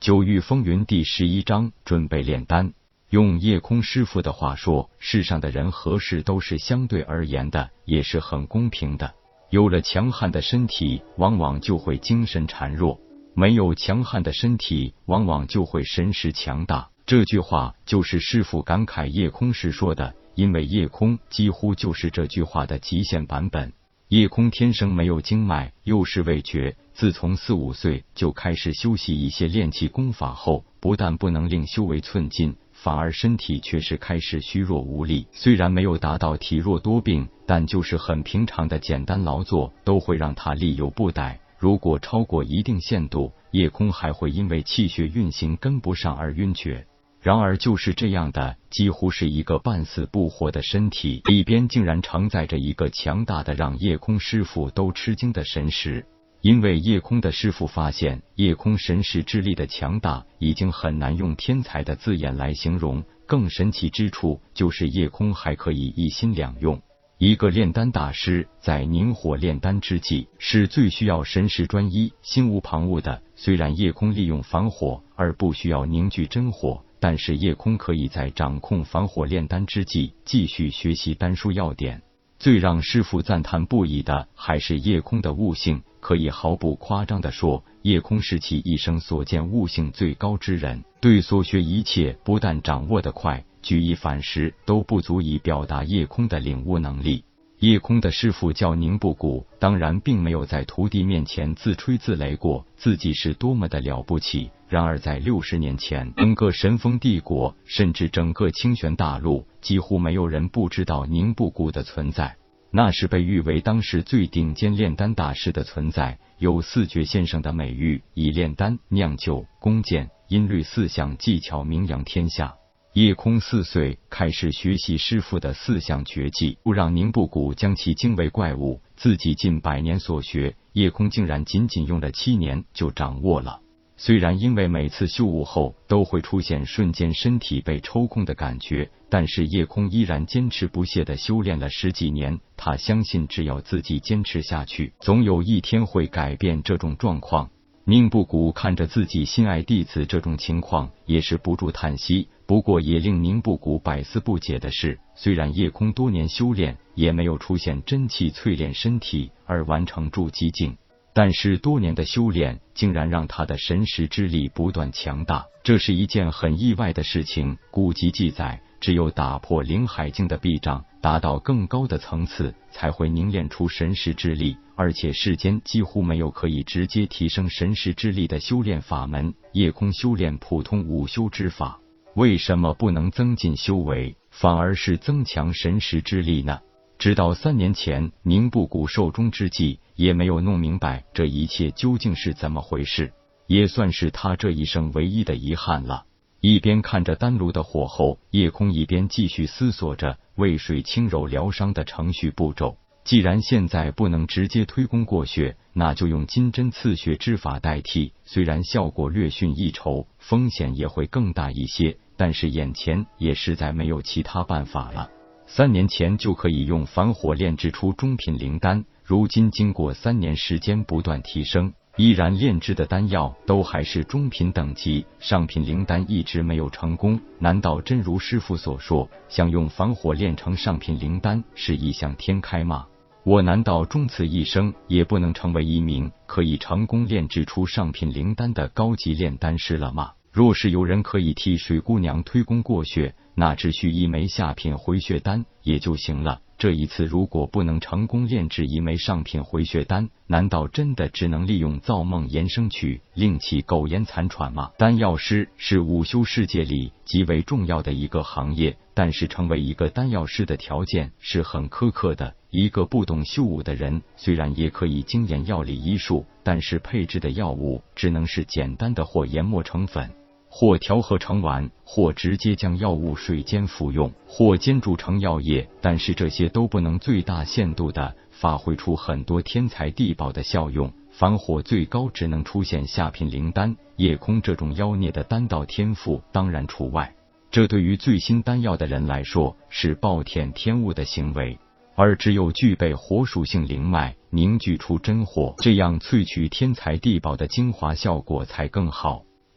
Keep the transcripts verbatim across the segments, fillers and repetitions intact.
九域风云第十一章，准备炼丹。用夜空师傅的话说，世上的人和事都是相对而言的，也是很公平的。有了强悍的身体，往往就会精神孱弱；没有强悍的身体，往往就会神识强大。这句话就是师傅感慨夜空时说的，因为夜空几乎就是这句话的极限版本。夜空天生没有经脉，又是味觉，自从四五岁就开始修习一些炼气功法后，不但不能令修为寸进，反而身体却是开始虚弱无力。虽然没有达到体弱多病，但就是很平常的简单劳作都会让他力有不逮。如果超过一定限度，夜空还会因为气血运行跟不上而晕厥。然而就是这样的几乎是一个半死不活的身体，里边竟然承载着一个强大的让夜空师傅都吃惊的神识。因为夜空的师傅发现，夜空神识之力的强大已经很难用天才的字眼来形容，更神奇之处就是夜空还可以一心两用。一个炼丹大师在凝火炼丹之际，是最需要神识专一、心无旁骛的。虽然夜空利用凡火而不需要凝聚真火，但是夜空可以在掌控凡火炼丹之际继续学习丹书要点。最让师傅赞叹不已的还是夜空的悟性，可以毫不夸张地说，夜空是其一生所见悟性最高之人。对所学一切不但掌握得快，举一反十都不足以表达夜空的领悟能力。夜空的师傅叫宁布谷，当然并没有在徒弟面前自吹自擂过自己是多么的了不起。然而在六十年前，整个神风帝国，甚至整个清玄大陆，几乎没有人不知道宁布谷的存在。那是被誉为当时最顶尖炼丹大师的存在，有四绝先生的美誉，以炼丹、酿酒、弓箭、音律四项技巧名扬天下。夜空四岁开始学习师傅的四项绝技，不让宁布谷将其惊为怪物。自己近百年所学，夜空竟然仅仅用了七年就掌握了。虽然因为每次修悟后都会出现瞬间身体被抽空的感觉，但是夜空依然坚持不懈地修炼了十几年。他相信只要自己坚持下去，总有一天会改变这种状况。宁布谷看着自己心爱弟子这种情况，也是不住叹息。不过也令宁布谷百思不解的是，虽然夜空多年修炼也没有出现真气淬炼身体而完成筑基境，但是多年的修炼竟然让他的神识之力不断强大，这是一件很意外的事情。古籍记载，只有打破灵海境的壁障，达到更高的层次，才会凝练出神识之力，而且世间几乎没有可以直接提升神识之力的修炼法门。夜空修炼普通午修之法，为什么不能增进修为，反而是增强神识之力呢？直到三年前宁布谷寿终之际，也没有弄明白这一切究竟是怎么回事，也算是他这一生唯一的遗憾了。一边看着丹炉的火候，夜空一边继续思索着渭水清柔疗伤的程序步骤。既然现在不能直接推功过血，那就用金针刺血之法代替，虽然效果略逊一筹，风险也会更大一些，但是眼前也实在没有其他办法了。三年前就可以用凡火炼制出中品灵丹，如今经过三年时间不断提升，依然炼制的丹药都还是中品等级，上品灵丹一直没有成功。难道真如师傅所说，想用凡火炼成上品灵丹是异想天开吗？我难道终此一生也不能成为一名可以成功炼制出上品灵丹的高级炼丹师了吗？若是有人可以替水姑娘推功过血，那只需一枚下品回血丹也就行了。这一次如果不能成功炼制一枚上品回血丹，难道真的只能利用造梦延生曲令其苟延残喘吗？丹药师是午修世界里极为重要的一个行业，但是成为一个丹药师的条件是很苛刻的。一个不懂修武的人虽然也可以精研药理医术，但是配制的药物只能是简单的或研磨成粉，或调和成丸，或直接将药物水煎服用，或煎煮成药液，但是这些都不能最大限度的发挥出很多天才地宝的效用。凡火最高只能出现下品灵丹，夜空这种妖孽的丹道天赋当然除外。这对于最新丹药的人来说是暴殄天物的行为，而只有具备火属性灵脉，凝聚出真火，这样萃取天才地宝的精华效果才更好。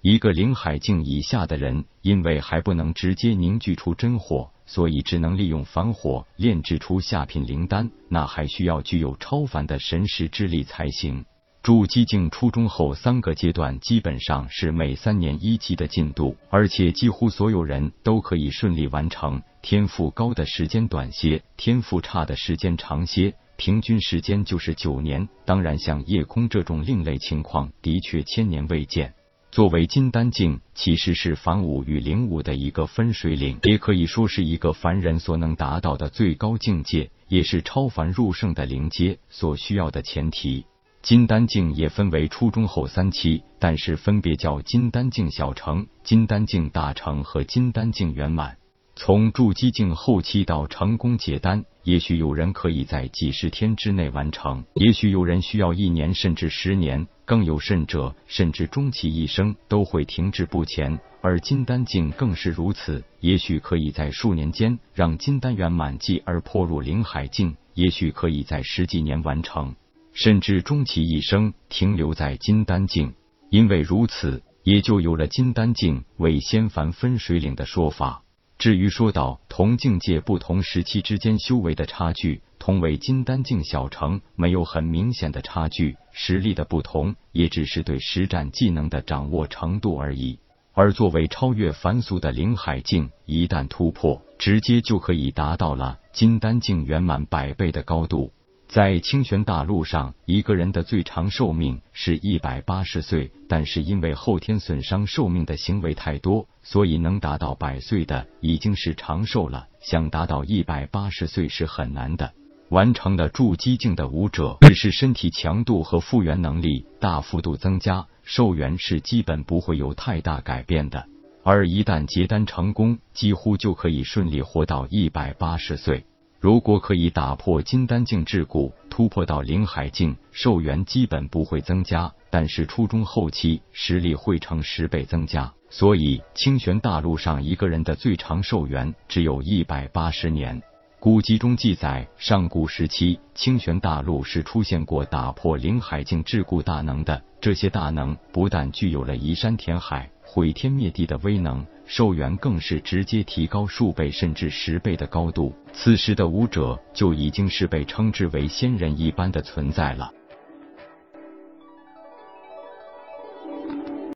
一个灵海境以下的人，因为还不能直接凝聚出真火，所以只能利用凡火炼制出下品灵丹，那还需要具有超凡的神识之力才行。筑基境初中后三个阶段基本上是每三年一级的进度，而且几乎所有人都可以顺利完成，天赋高的时间短些，天赋差的时间长些，平均时间就是九年。当然像夜空这种另类情况的确千年未见。作为金丹境，其实是凡武与灵武的一个分水岭，也可以说是一个凡人所能达到的最高境界，也是超凡入圣的灵阶所需要的前提。金丹境也分为初中后三期，但是分别叫金丹境小成、金丹境大成和金丹境圆满。从筑基境后期到成功结丹，也许有人可以在几十天之内完成，也许有人需要一年甚至十年，更有甚者甚至终其一生都会停滞不前。而金丹境更是如此，也许可以在数年间让金丹圆满继而破入灵海境，也许可以在十几年完成，甚至终其一生停留在金丹境。因为如此，也就有了金丹境为仙凡分水岭的说法。至于说到同境界不同时期之间修为的差距，同为金丹境小成，没有很明显的差距，实力的不同也只是对实战技能的掌握程度而已。而作为超越凡俗的灵海境，一旦突破，直接就可以达到了金丹境圆满百倍的高度。在清玄大陆上，一个人的最长寿命是一百八十岁，但是因为后天损伤寿命的行为太多，所以能达到百岁的已经是长寿了，想达到一百八十岁是很难的。完成了筑基境的武者，只是身体强度和复原能力大幅度增加，寿元是基本不会有太大改变的。而一旦结丹成功，几乎就可以顺利活到一百八十岁。如果可以打破金丹境桎梏，突破到灵海境，寿元基本不会增加，但是初中后期实力会成十倍增加。所以清玄大陆上一个人的最长寿元只有一百八十年。古籍中记载，上古时期清玄大陆是出现过打破灵海境桎梏大能的，这些大能不但具有了移山填海、毁天灭地的威能，寿元更是直接提高数倍甚至十倍的高度。此时的武者就已经是被称之为仙人一般的存在了。